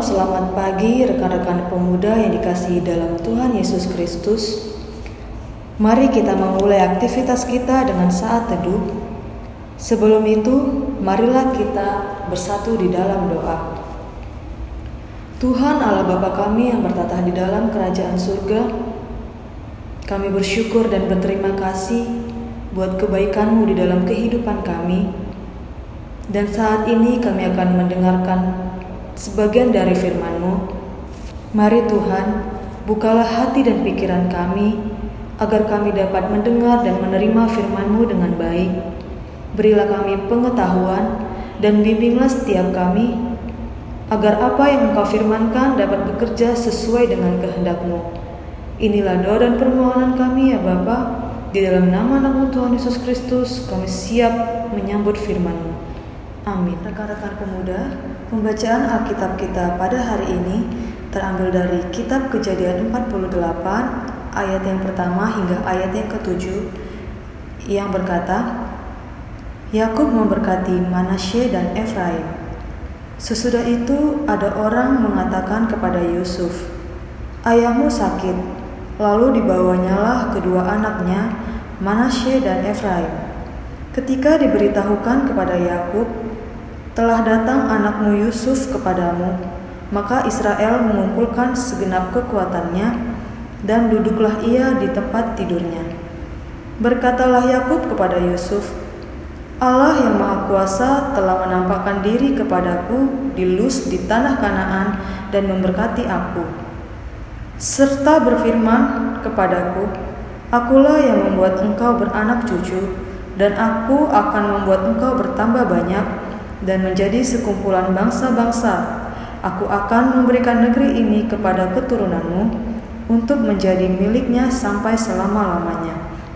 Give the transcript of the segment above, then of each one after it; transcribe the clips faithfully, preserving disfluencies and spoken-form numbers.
selamat pagi rekan-rekan pemuda yang dikasihi dalam Tuhan Yesus Kristus. Mari kita memulai aktivitas kita dengan saat teduh. Sebelum itu, marilah kita bersatu di dalam doa. Tuhan Allah Bapa kami yang bertatah di dalam kerajaan surga, kami bersyukur dan berterima kasih buat kebaikan-Mu di dalam kehidupan kami. Dan saat ini kami akan mendengarkan sebagian dari firman-Mu. Mari Tuhan, bukalah hati dan pikiran kami, agar kami dapat mendengar dan menerima firman-Mu dengan baik. Berilah kami pengetahuan dan bimbinglah setiap kami, agar apa yang Engkau firmankan dapat bekerja sesuai dengan kehendak-Mu. Inilah doa dan permohonan kami ya Bapa. Di dalam nama anak-Mu Tuhan Yesus Kristus, kami siap menyambut firman-Mu. Amin. Rekan-rekan pemuda, pembacaan Alkitab kita pada hari ini terambil dari kitab Kejadian empat puluh delapan ayat yang pertama hingga ayat yang ketujuh yang berkata, Yakub memberkati Manasye dan Efraim. Sesudah itu ada orang mengatakan kepada Yusuf, ayahmu sakit. Lalu dibawanyalah kedua anaknya, Manasye dan Efraim. Ketika diberitahukan kepada Yakub, telah datang anakmu Yusuf kepadamu, maka Israel mengumpulkan segenap kekuatannya dan duduklah ia di tempat tidurnya. Berkatalah Yakub kepada Yusuf, Allah yang Maha Kuasa telah menampakkan diri kepadaku di Luz di tanah Kanaan dan memberkati aku, serta berfirman kepadaku, akulah yang membuat engkau beranak cucu, dan aku akan membuat engkau bertambah banyak dan menjadi sekumpulan bangsa-bangsa. Aku akan memberikan negeri ini kepada keturunanmu untuk menjadi miliknya sampai selama-lamanya.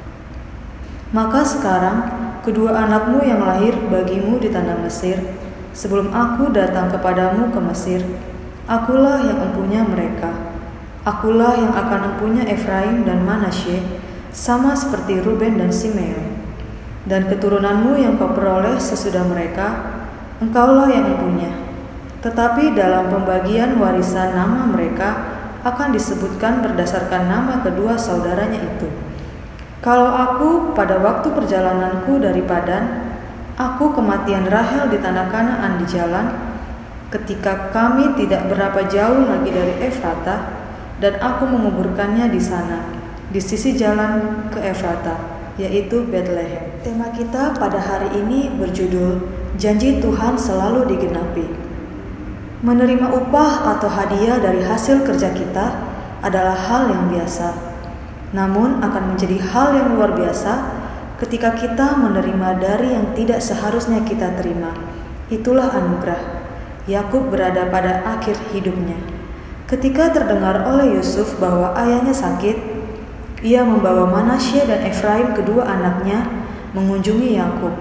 Maka sekarang kedua anakmu yang lahir bagimu di tanah Mesir, sebelum aku datang kepadamu ke Mesir, akulah yang empunya mereka. Akulah yang akan empunya Efraim dan Manasye, sama seperti Ruben dan Simeon. Dan keturunanmu yang kau peroleh sesudah mereka, engkaulah yang empunya. Tetapi dalam pembagian warisan nama mereka akan disebutkan berdasarkan nama kedua saudaranya itu. Kalau aku pada waktu perjalananku dari Padan, aku kematian Rahel di tanah Kanaan di jalan, ketika kami tidak berapa jauh lagi dari Efrata, dan aku menguburkannya di sana, di sisi jalan ke Efrata, yaitu Bethlehem. Tema kita pada hari ini berjudul Janji Tuhan selalu digenapi. Menerima upah atau hadiah dari hasil kerja kita adalah hal yang biasa. Namun akan menjadi hal yang luar biasa ketika kita menerima dari yang tidak seharusnya kita terima. Itulah anugerah. Yakub berada pada akhir hidupnya. Ketika terdengar oleh Yusuf bahwa ayahnya sakit, ia membawa Manasye dan Efraim kedua anaknya mengunjungi Yakub.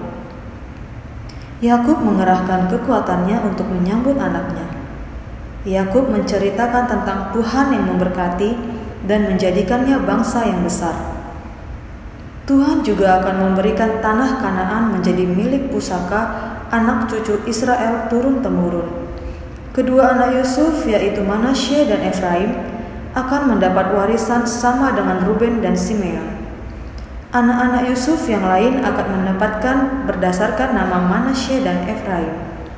Yakub mengerahkan kekuatannya untuk menyambut anaknya. Yakub menceritakan tentang Tuhan yang memberkati dan menjadikannya bangsa yang besar. Tuhan juga akan memberikan tanah Kanaan menjadi milik pusaka anak cucu Israel turun-temurun. Kedua anak Yusuf, yaitu Manasye dan Efraim, akan mendapat warisan sama dengan Ruben dan Simeon. Anak-anak Yusuf yang lain akan mendapatkan berdasarkan nama Manasye dan Efraim.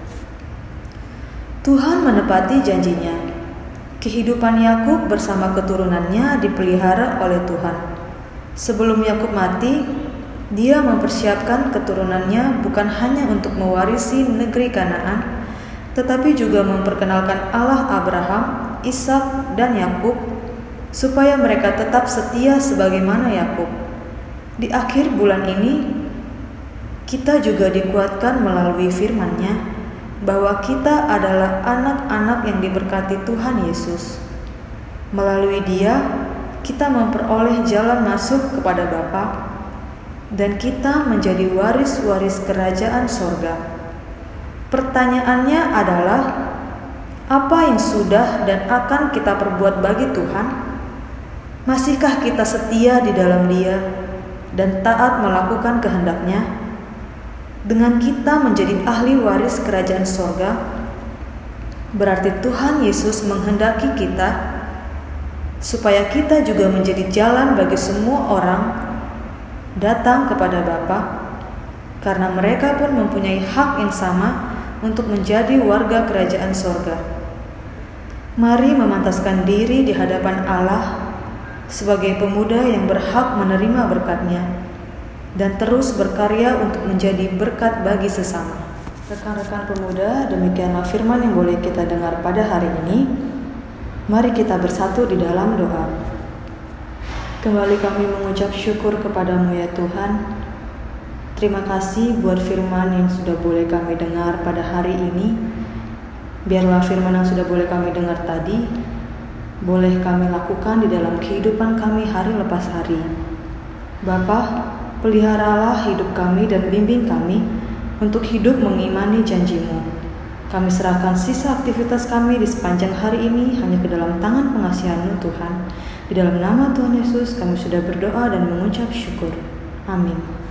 Tuhan menepati janjinya. Kehidupan Yakub bersama keturunannya dipelihara oleh Tuhan. Sebelum Yakub mati, dia mempersiapkan keturunannya bukan hanya untuk mewarisi negeri Kanaan, tetapi juga memperkenalkan Allah Abraham, Ishak, dan Yakub, supaya mereka tetap setia sebagaimana Yakub. Di akhir bulan ini, kita juga dikuatkan melalui firman-Nya bahwa kita adalah anak-anak yang diberkati Tuhan Yesus. Melalui Dia, kita memperoleh jalan masuk kepada Bapa, dan kita menjadi waris-waris kerajaan sorga. Pertanyaannya adalah, apa yang sudah dan akan kita perbuat bagi Tuhan? Masihkah kita setia di dalam Dia dan taat melakukan kehendak-Nya? Dengan kita menjadi ahli waris kerajaan sorga, Berarti Tuhan Yesus menghendaki kita supaya kita juga menjadi jalan bagi semua orang datang kepada Bapa, karena mereka pun mempunyai hak yang sama untuk menjadi warga kerajaan sorga. Mari memantaskan diri di hadapan Allah sebagai pemuda yang berhak menerima berkat-Nya dan terus berkarya untuk menjadi berkat bagi sesama. Rekan-rekan pemuda, demikianlah firman yang boleh kita dengar pada hari ini. Mari kita bersatu di dalam doa. Kembali kami mengucap syukur kepadamu ya Tuhan. Terima kasih buat firman yang sudah boleh kami dengar pada hari ini. Biarlah firman yang sudah boleh kami dengar tadi boleh kami lakukan di dalam kehidupan kami hari lepas hari. Bapa, peliharalah hidup kami dan bimbing kami untuk hidup mengimani janji-Mu. Kami serahkan sisa aktivitas kami di sepanjang hari ini hanya ke dalam tangan pengasihan-Mu Tuhan. Di dalam nama Tuhan Yesus kami sudah berdoa dan mengucap syukur. Amin.